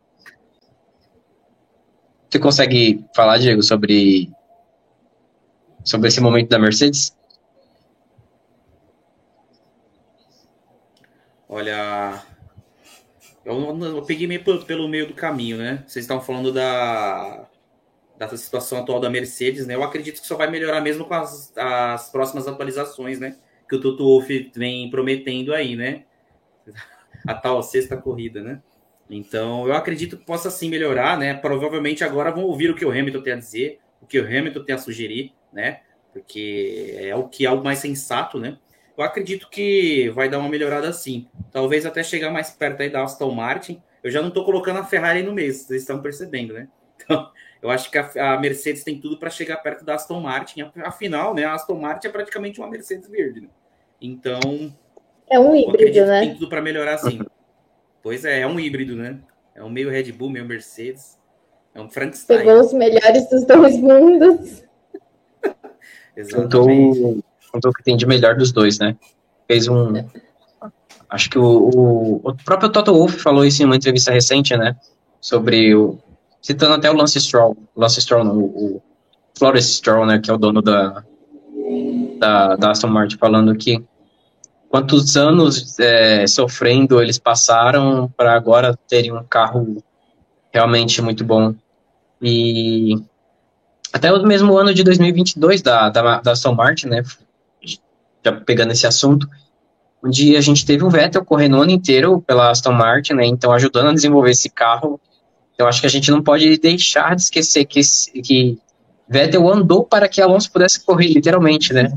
Speaker 1: Você consegue falar, Diego, sobre esse momento da Mercedes?
Speaker 3: Olha, eu peguei meio pelo meio do caminho, né? Vocês estavam falando da situação atual da Mercedes, né? Eu acredito que só vai melhorar mesmo com as próximas atualizações, né? Que o Toto Wolff vem prometendo aí, né? A tal sexta corrida, né? Então, eu acredito que possa sim melhorar, né? Provavelmente agora vão ouvir o que o Hamilton tem a dizer, o que o Hamilton tem a sugerir, né? Porque é o que é o mais sensato, né? Eu acredito que vai dar uma melhorada sim. Talvez até chegar mais perto aí da Aston Martin. Eu já não estou colocando a Ferrari no meio, vocês estão percebendo, né? Então, eu acho que a Mercedes tem tudo para chegar perto da Aston Martin. Afinal, né? A Aston Martin é praticamente uma Mercedes verde, né? Então...
Speaker 2: É um híbrido, né?
Speaker 3: Tem tudo para melhorar sim. Pois é um híbrido, né? É um meio Red Bull, meio Mercedes. É um Frankenstein.
Speaker 2: Pegou os melhores dos dois mundos.
Speaker 3: Exatamente.
Speaker 1: Contou o que tem de melhor dos dois, né? Fez um... Acho que o próprio Toto Wolff falou isso em uma entrevista recente, né? Sobre citando até o Lance Stroll. O Flores Stroll, né? Que é o dono da Aston Martin, falando que quantos anos sofrendo eles passaram para agora terem um carro realmente muito bom. E até o mesmo ano de 2022 da Aston Martin, né, já pegando esse assunto, onde a gente teve o Vettel correndo o ano inteiro pela Aston Martin, né, então ajudando a desenvolver esse carro. Então acho que a gente não pode deixar de esquecer que Vettel andou para que Alonso pudesse correr, literalmente, né?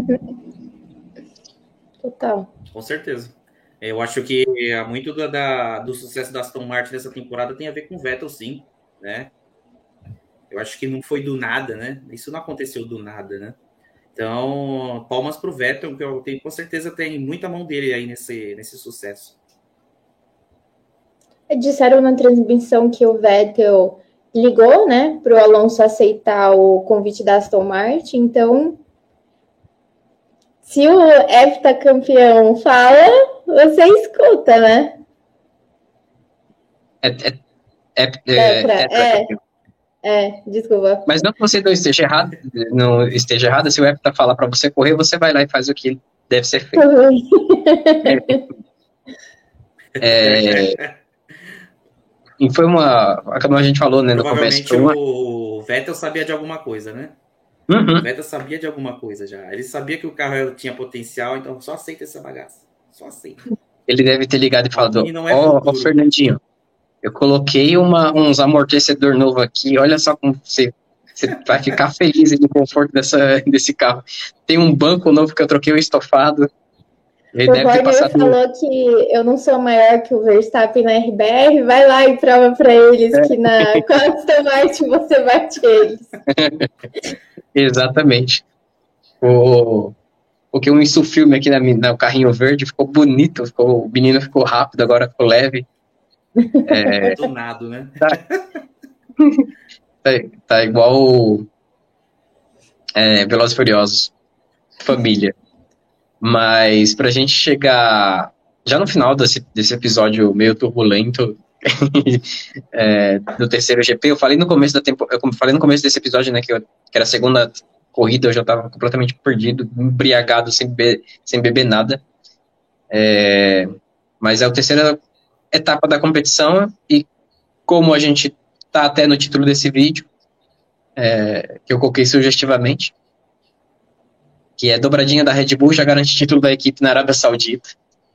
Speaker 2: Total.
Speaker 3: Com certeza. Eu acho que muito do sucesso da Aston Martin nessa temporada tem a ver com o Vettel, sim, né? Eu acho que não foi do nada, né? Isso não aconteceu do nada, né? Então, palmas para o Vettel, que eu tenho, com certeza tem muita mão dele aí nesse sucesso.
Speaker 2: Disseram na transmissão que o Vettel ligou, né, para o Alonso aceitar o convite da Aston Martin. Então, se o heptacampeão fala, você escuta, né? Desculpa.
Speaker 1: Mas não que você não esteja errado, se o hepta falar para você correr, você vai lá e faz o que deve ser feito. E foi como a gente falou, né, no começo.
Speaker 3: O Vettel sabia de alguma coisa, né?
Speaker 1: Uhum.
Speaker 3: O Vettel sabia de alguma coisa já. Ele sabia que o carro tinha potencial, então só aceita essa bagaça. Só aceita.
Speaker 1: Ele deve ter ligado e falado, ó, Fernandinho, eu coloquei uns amortecedor novo aqui, olha só como você vai ficar feliz no conforto desse carro. Tem um banco novo que eu troquei o estofado.
Speaker 2: Ele o Borger falou que eu não sou maior que o Verstappen na RBR, vai lá e prova para eles que na Aston Martin você bate eles.
Speaker 1: Exatamente. Porque um insufilme aqui no carrinho verde ficou bonito, o menino ficou rápido, agora ficou leve.
Speaker 3: Donado, né?
Speaker 1: Tá igual Velozes e Furiosos, família. Mas pra gente chegar já no final desse episódio meio turbulento do terceiro GP, eu falei no começo desse episódio, né, que era a segunda corrida, eu já estava completamente perdido, embriagado, sem beber nada. Mas é a terceira etapa da competição e como a gente tá até no título desse vídeo, que eu coloquei sugestivamente, que é dobradinha da Red Bull, já garante título da equipe na Arábia Saudita.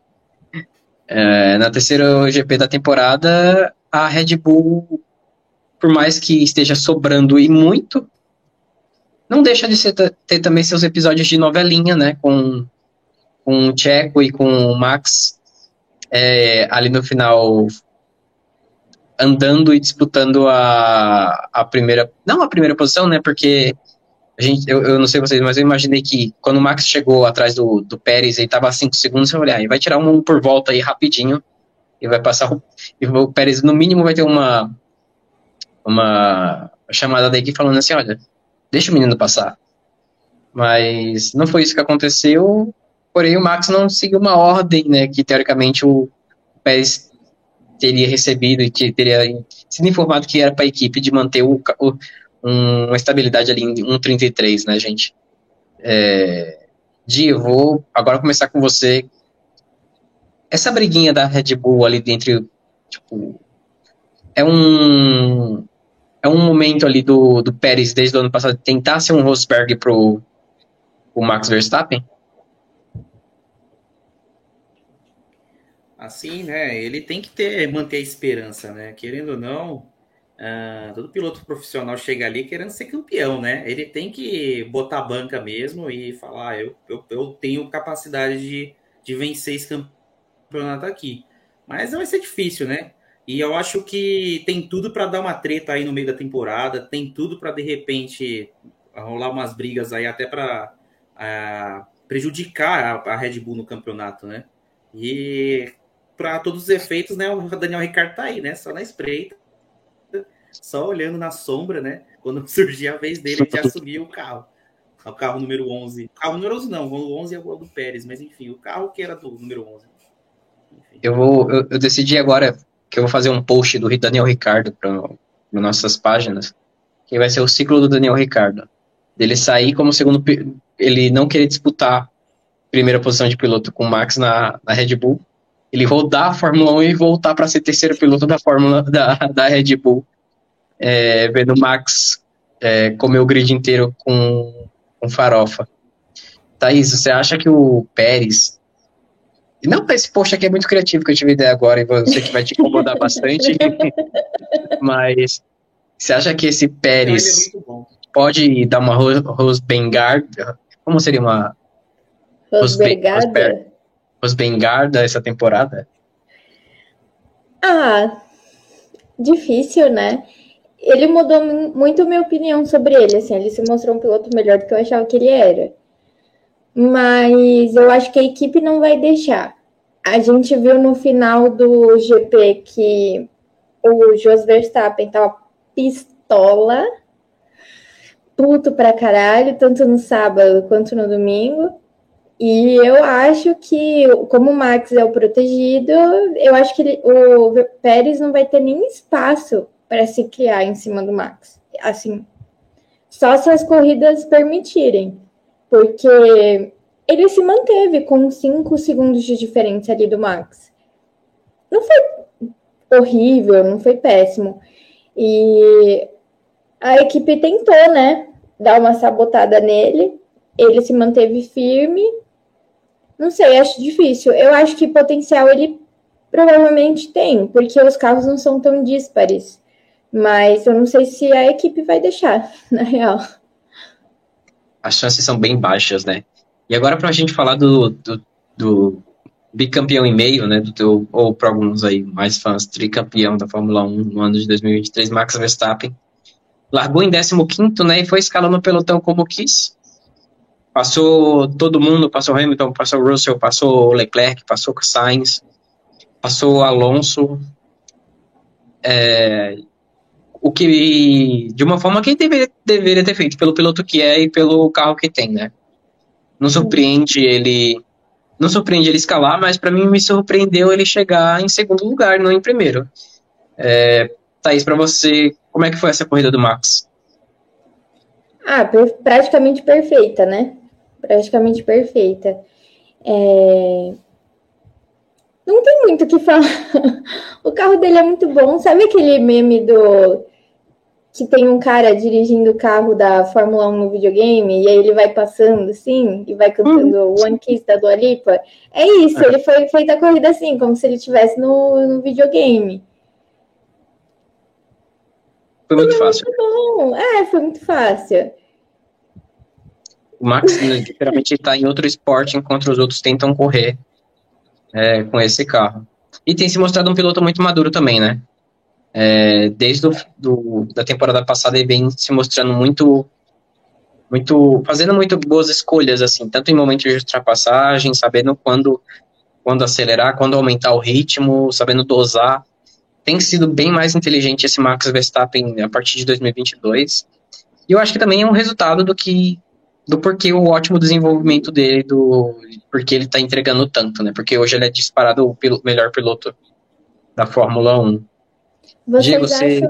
Speaker 1: Na terceira GP da temporada, a Red Bull, por mais que esteja sobrando e muito, não deixa de ter também seus episódios de novelinha, né, com o Checo e com o Max ali no final andando e disputando a primeira, não a primeira posição, né, porque eu não sei vocês, mas eu imaginei que quando o Max chegou atrás do Pérez, ele estava a 5 segundos, eu falei, ele vai tirar um por volta aí rapidinho, e vai passar, e o Pérez no mínimo vai ter uma chamada da equipe falando assim, olha, deixa o menino passar. Mas não foi isso que aconteceu, porém o Max não seguiu uma ordem, né, que teoricamente o Pérez teria recebido e que teria sido informado que era para a equipe de manter uma estabilidade ali em 1,33, né, gente? Di, eu vou agora começar com você. Essa briguinha da Red Bull ali dentro, tipo, é um momento ali do Pérez desde o ano passado tentar ser um Rosberg pro Max Verstappen?
Speaker 3: Assim, né, ele tem que manter a esperança, né, querendo ou não, todo piloto profissional chega ali querendo ser campeão, né, ele tem que botar a banca mesmo e falar, eu tenho capacidade de vencer esse campeonato aqui, mas vai ser difícil, né, e eu acho que tem tudo para dar uma treta aí no meio da temporada, tem tudo para de repente rolar umas brigas aí até para prejudicar a Red Bull no campeonato, né, e para todos os efeitos, né, o Daniel Ricciardo tá aí, né, só na espreita, só olhando na sombra, né, quando surgir a vez dele, já subiu o carro número 11. O carro número 11 não, o 11 é o do Pérez, mas enfim, o carro que era do número 11. Enfim.
Speaker 1: Eu decidi agora que eu vou fazer um post do Daniel Ricciardo para nossas páginas, que vai ser o ciclo do Daniel Ricciardo. Ele sair como segundo, ele não querer disputar primeira posição de piloto com o Max na Red Bull, ele rodar a Fórmula 1 e voltar para ser terceiro piloto da Fórmula da Red Bull, vendo o Max comer o grid inteiro com farofa. Thaís, você acha que o Pérez... Não, esse post aqui é muito criativo, que eu tive ideia agora, e você que vai te incomodar bastante. Mas você acha que esse Pérez pode dar uma Rosbergada? Como seria uma Rosbergada essa temporada?
Speaker 2: Difícil, né? Ele mudou muito a minha opinião sobre ele, assim, ele se mostrou um piloto melhor do que eu achava que ele era. Mas eu acho que a equipe não vai deixar. A gente viu no final do GP que o Jos Verstappen tava pistola, puto pra caralho, tanto no sábado quanto no domingo. E eu acho que, como o Max é o protegido, eu acho que o Pérez não vai ter nem espaço para se criar em cima do Max. Assim, só se as corridas permitirem. Porque ele se manteve com 5 segundos de diferença ali do Max. Não foi horrível, não foi péssimo. E a equipe tentou, né, dar uma sabotada nele. Ele se manteve firme. Não sei, acho difícil. Eu acho que potencial ele provavelmente tem, porque os carros não são tão díspares. Mas eu não sei se a equipe vai deixar, na real.
Speaker 1: As chances são bem baixas, né? E agora, para a gente falar do bicampeão e meio, né? Ou para alguns aí mais fãs, tricampeão da Fórmula 1 no ano de 2023, Max Verstappen. Largou em 15º, né? E foi escalando o pelotão como quis. Passou todo mundo, passou Hamilton, passou Russell, passou Leclerc, passou Sainz, passou Alonso. O que, de uma forma que deveria ter feito, pelo piloto que é e pelo carro que tem, né? Não surpreende ele escalar, mas para mim me surpreendeu ele chegar em segundo lugar, não em primeiro. Thaís, para você, como é que foi essa corrida do Max?
Speaker 2: Praticamente perfeita, né? Praticamente perfeita. Não tem muito o que falar. O carro dele é muito bom. Sabe aquele meme que tem um cara dirigindo o carro da Fórmula 1 no videogame e aí ele vai passando assim e vai cantando One Kiss da Dua Lipa? É isso, ele foi feito a corrida assim, como se ele estivesse no videogame.
Speaker 1: Foi muito fácil.
Speaker 2: Muito bom. Foi muito fácil.
Speaker 1: O Max, literalmente, está em outro esporte enquanto os outros tentam correr com esse carro. E tem se mostrado um piloto muito maduro também, né? Desde da temporada passada ele vem se mostrando fazendo muito boas escolhas, assim, tanto em momentos de ultrapassagem, sabendo quando acelerar, quando aumentar o ritmo, sabendo dosar. Tem sido bem mais inteligente esse Max Verstappen a partir de 2022. E eu acho que também é um resultado do porquê o ótimo desenvolvimento dele, porque ele está entregando tanto, né? Porque hoje ele é disparado o melhor piloto da Fórmula 1.
Speaker 2: Vocês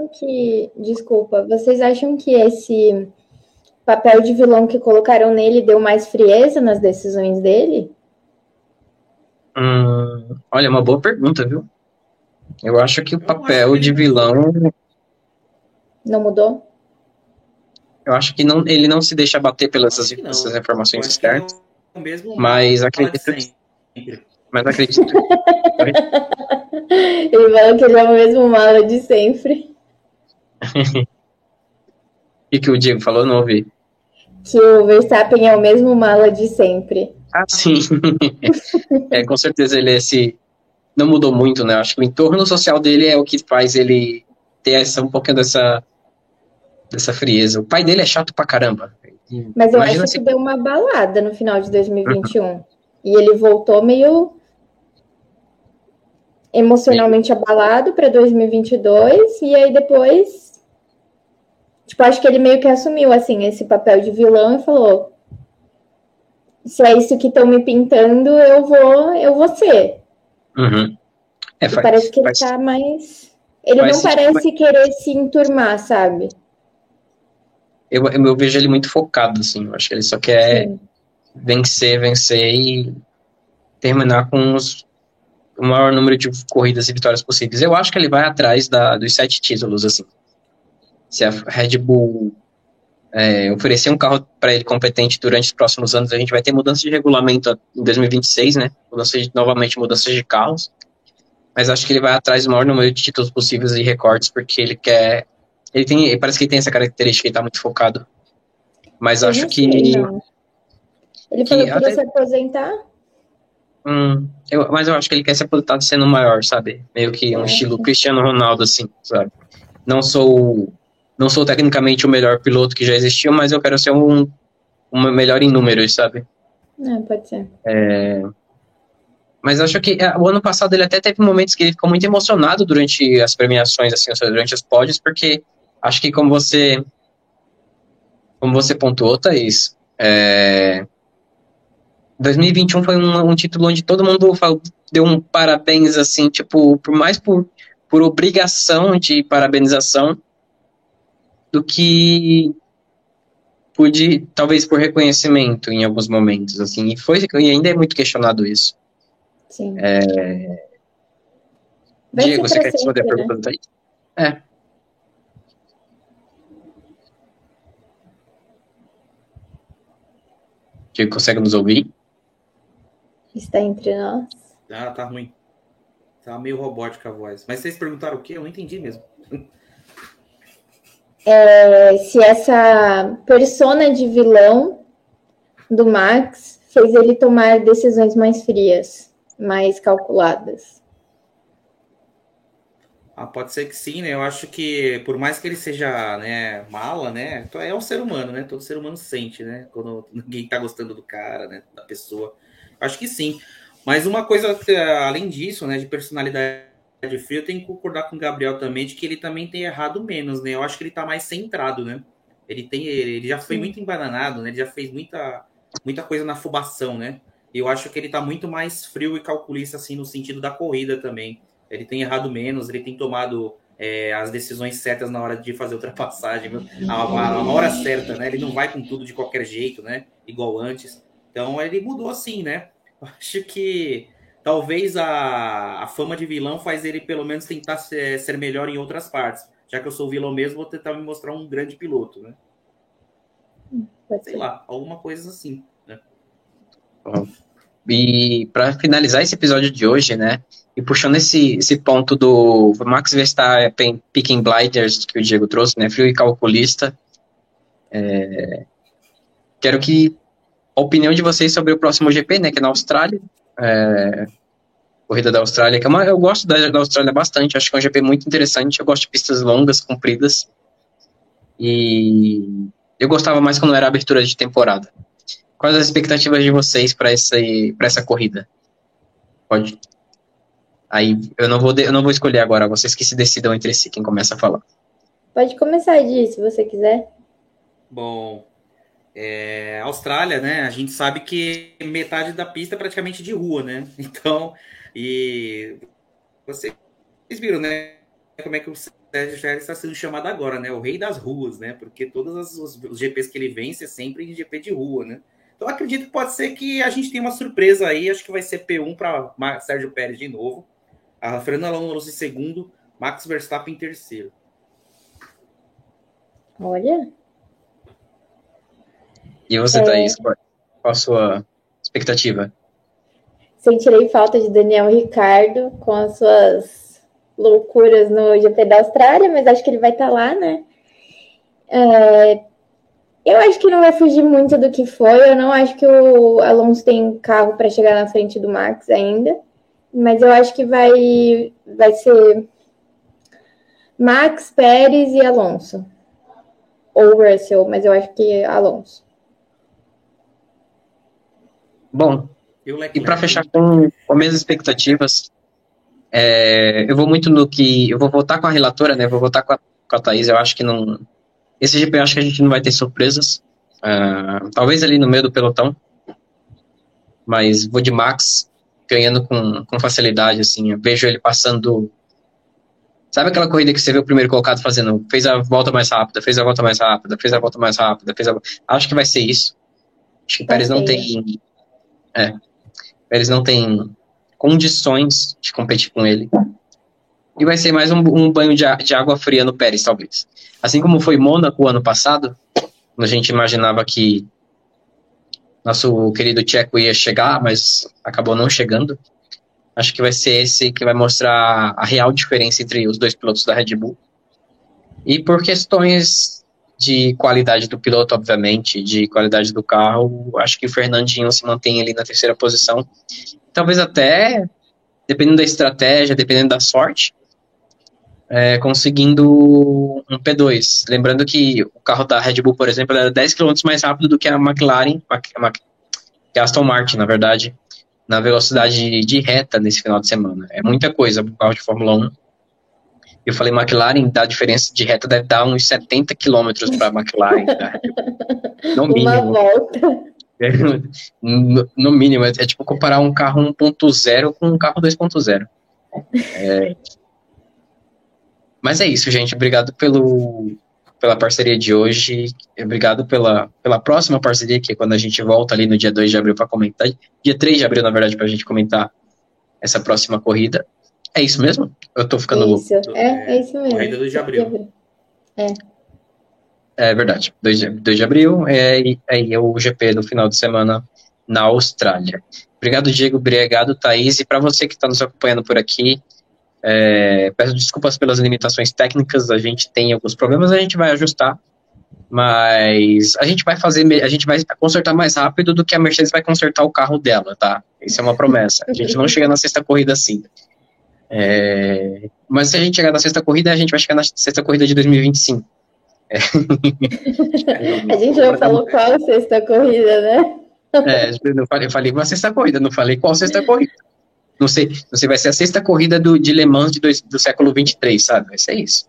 Speaker 2: acham que esse papel de vilão que colocaram nele deu mais frieza nas decisões dele?
Speaker 1: Olha, uma boa pergunta, viu? Eu acho que o papel de vilão...
Speaker 2: Não mudou?
Speaker 1: Eu acho que ele não se deixa bater pelas essas informações externas, mas acredito...
Speaker 2: Ele falou que ele é o mesmo mala de sempre.
Speaker 1: E que o Diego falou, não ouvi.
Speaker 2: Que o Verstappen é o mesmo mala de sempre.
Speaker 1: Sim. Com certeza ele não mudou muito, né? Acho que o entorno social dele é o que faz ele ter um pouquinho dessa frieza. O pai dele é chato pra caramba.
Speaker 2: Mas eu acho que deu uma balada no final de 2021. E ele voltou meio emocionalmente abalado para 2022. E aí depois... acho que ele meio que assumiu, assim, esse papel de vilão e falou... se é isso que estão me pintando, eu vou ser. Parece que ele tá mais... Ele não parece querer se enturmar, sabe?
Speaker 1: Eu vejo ele muito focado, assim. Eu acho que ele só quer vencer e terminar com o maior número de corridas e vitórias possíveis. Eu acho que ele vai atrás dos 7 títulos, assim. Se a Red Bull oferecer um carro para ele competente durante os próximos anos. A gente vai ter mudança de regulamento em 2026, né? Novamente mudanças de carros. Mas acho que ele vai atrás do maior número de títulos possíveis e recordes, porque ele quer... parece que ele tem essa característica, ele tá muito focado. Mas
Speaker 2: Eu
Speaker 1: acho
Speaker 2: não
Speaker 1: que...
Speaker 2: sei, não. Ele falou que
Speaker 1: até-
Speaker 2: ia se aposentar?
Speaker 1: mas eu acho que ele quer se aposentar sendo maior, sabe? Meio que um estilo Cristiano Ronaldo, assim, sabe? Não sou tecnicamente o melhor piloto que já existiu, mas eu quero ser um melhor em números, sabe?
Speaker 2: Pode ser.
Speaker 1: Mas acho que o ano passado ele até teve momentos que ele ficou muito emocionado durante as premiações, assim, durante os pódios, porque acho que como você pontuou, Thaís, 2021 foi um título onde todo mundo deu um parabéns, assim, tipo, por obrigação de parabenização do que talvez por reconhecimento em alguns momentos, assim, e ainda é muito questionado isso.
Speaker 2: Sim.
Speaker 1: Diego, você quer responder a pergunta, Thaís? Diego, consegue nos ouvir?
Speaker 2: Está entre nós.
Speaker 3: Tá ruim. Tá meio robótica a voz. Mas vocês perguntaram o quê? Eu não entendi mesmo.
Speaker 2: Se essa persona de vilão do Max fez ele tomar decisões mais frias, mais calculadas.
Speaker 3: Pode ser que sim, né? Eu acho que, por mais que ele seja, né, mala, né? É um ser humano, né? Todo ser humano sente, né? Quando ninguém tá gostando do cara, né? Da pessoa. Acho que sim. Mas uma coisa, além disso, né? De personalidade fria, eu tenho que concordar com o Gabriel também, de que ele também tem errado menos, né? Eu acho que ele tá mais centrado, né? Ele já foi muito embananado, né? Ele já fez muita coisa na afobação, né? E eu acho que ele tá muito mais frio e calculista, assim, no sentido da corrida também. Ele tem errado menos, ele tem tomado as decisões certas na hora de fazer ultrapassagem, a hora certa, né? Ele não vai com tudo de qualquer jeito, né? Igual antes. Então ele mudou assim, né? Eu acho que talvez a fama de vilão faz ele pelo menos tentar ser melhor em outras partes. Já que eu sou vilão mesmo, vou tentar me mostrar um grande piloto, né? Sei lá, alguma coisa assim, né?
Speaker 1: E para finalizar esse episódio de hoje, né? E puxando esse ponto do Max Verstappen, Peaky Blinders, que o Diego trouxe, né? Frio e calculista. Quero que a opinião de vocês sobre o próximo GP, né? Que é na Austrália. Corrida da Austrália, que eu gosto da Austrália bastante. Acho que é um GP muito interessante. Eu gosto de pistas longas, compridas. E eu gostava mais quando era abertura de temporada. Quais as expectativas de vocês para essa corrida? Pode. Aí eu não vou escolher agora, vocês que se decidam entre si, quem começa a falar.
Speaker 2: Pode começar, Edi, se você quiser.
Speaker 3: Bom, Austrália, né? A gente sabe que metade da pista é praticamente de rua, né? Então, e vocês viram, né? Como é que o Sérgio Pérez está sendo chamado agora, né? O rei das ruas, né? Porque todos os GPs que ele vence é sempre em GP de rua, né? Então, acredito que pode ser que a gente tenha uma surpresa aí. Acho que vai ser P1 para Sérgio Pérez de novo. A Fernanda Alonso em segundo, Max Verstappen em terceiro.
Speaker 2: Olha.
Speaker 1: E você, Thaís, qual a sua expectativa?
Speaker 2: Sentirei falta de Daniel Ricciardo com as suas loucuras no GP da Austrália, mas acho que ele vai estar lá, né? Eu acho que não vai fugir muito do que foi. Eu não acho que o Alonso tem carro para chegar na frente do Max ainda. Mas eu acho que vai ser Max, Pérez e Alonso. Ou Russell, mas eu acho que Alonso.
Speaker 1: Bom, e para fechar com as minhas expectativas, eu vou muito no que... Eu vou votar com a relatora, né? Vou votar com a Thaís. Eu acho que não... Esse GP eu acho que a gente não vai ter surpresas. Talvez ali no meio do pelotão. Mas vou de Max ganhando com facilidade, assim. Eu vejo ele passando... Sabe aquela corrida que você vê o primeiro colocado fazendo? Fez a volta mais rápida, fez a volta mais rápida, fez a volta mais rápida, Acho que vai ser isso. Acho que o Pérez não tem... Pérez não tem condições de competir com ele. E vai ser mais um banho de água fria no Pérez, talvez. Assim como foi Mônaco ano passado, quando a gente imaginava que nosso querido Checo ia chegar, mas acabou não chegando. Acho que vai ser esse que vai mostrar a real diferença entre os dois pilotos da Red Bull. E por questões de qualidade do piloto, obviamente, de qualidade do carro, acho que o Fernandinho se mantém ali na terceira posição. Talvez até, dependendo da estratégia, dependendo da sorte, conseguindo um P2. Lembrando que o carro da Red Bull, por exemplo, era 10 km mais rápido do que a McLaren, que a Aston Martin, na verdade, na velocidade de reta nesse final de semana. É muita coisa para o carro de Fórmula 1. Eu falei McLaren, a diferença de reta deve dar uns 70 km para a McLaren. Tá? No mínimo.
Speaker 2: Uma volta.
Speaker 1: No mínimo, é tipo comparar um carro 1.0 com um carro 2.0. Mas é isso, gente. Obrigado pela parceria de hoje. Obrigado pela próxima parceria, que é quando a gente volta ali no dia 2 de abril para comentar. Dia 3 de abril, na verdade, para a gente comentar essa próxima corrida. É isso mesmo? Eu tô ficando louco.
Speaker 2: É isso mesmo.
Speaker 3: Corrida 2 de abril.
Speaker 1: É verdade. 2 de abril é o GP do final de semana na Austrália. Obrigado, Diego. Obrigado, Thaís. E para você que está nos acompanhando por aqui, peço desculpas pelas limitações técnicas. A gente tem alguns problemas, a gente vai ajustar. Mas a gente vai consertar mais rápido do que a Mercedes vai consertar o carro dela, tá? Isso é uma promessa. A gente não chega na sexta corrida assim. Mas se a gente chegar na sexta corrida, a gente vai chegar na sexta corrida de 2025.
Speaker 2: A gente não falou qual sexta corrida, né?
Speaker 1: Eu falei uma sexta corrida, não falei qual sexta corrida. Não sei, vai ser a sexta corrida de Le Mans do século 23, sabe? Vai ser isso.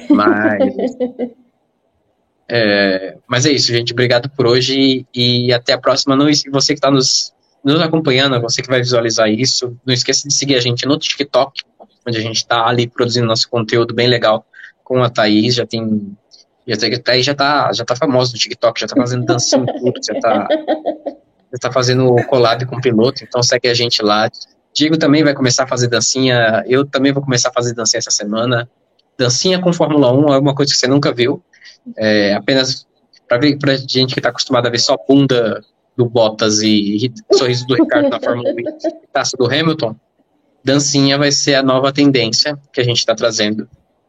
Speaker 1: Mas é isso, gente. Obrigado por hoje e até a próxima. Você que está nos acompanhando, você que vai visualizar isso, não esqueça de seguir a gente no TikTok, onde a gente está ali produzindo nosso conteúdo bem legal com a Thaís. A Thaís já tá famosa no TikTok, já tá fazendo dancinha e tudo, já tá fazendo collab com o piloto, então segue a gente lá. Diego também vai começar a fazer dancinha, eu também vou começar a fazer dancinha essa semana. Dancinha com Fórmula 1 é uma coisa que você nunca viu, apenas pra gente que tá acostumada a ver só bunda do Bottas e sorriso do Ricardo na Fórmula 1 e taça do Hamilton. Dancinha vai ser a nova tendência que a gente está trazendo.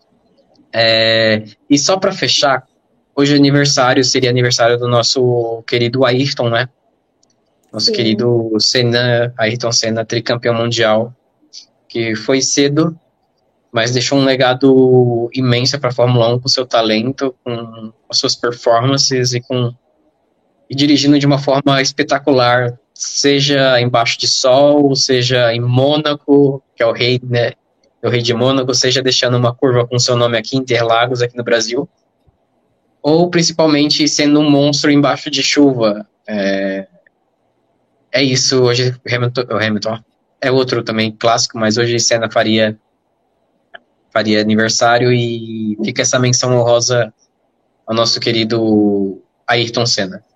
Speaker 1: E só para fechar, hoje seria aniversário do nosso querido Ayrton, né? Nosso querido Ayrton Senna, tricampeão mundial, que foi cedo, mas deixou um legado imenso para a Fórmula 1 com seu talento, com as suas performances e dirigindo de uma forma espetacular, seja embaixo de sol, seja em Mônaco, que é o rei, né? O rei de Mônaco, seja deixando uma curva com seu nome aqui, Interlagos, aqui no Brasil, ou principalmente sendo um monstro embaixo de chuva. É isso, hoje o Hamilton é outro também clássico, mas hoje Senna faria aniversário e fica essa menção honrosa ao nosso querido Ayrton Senna.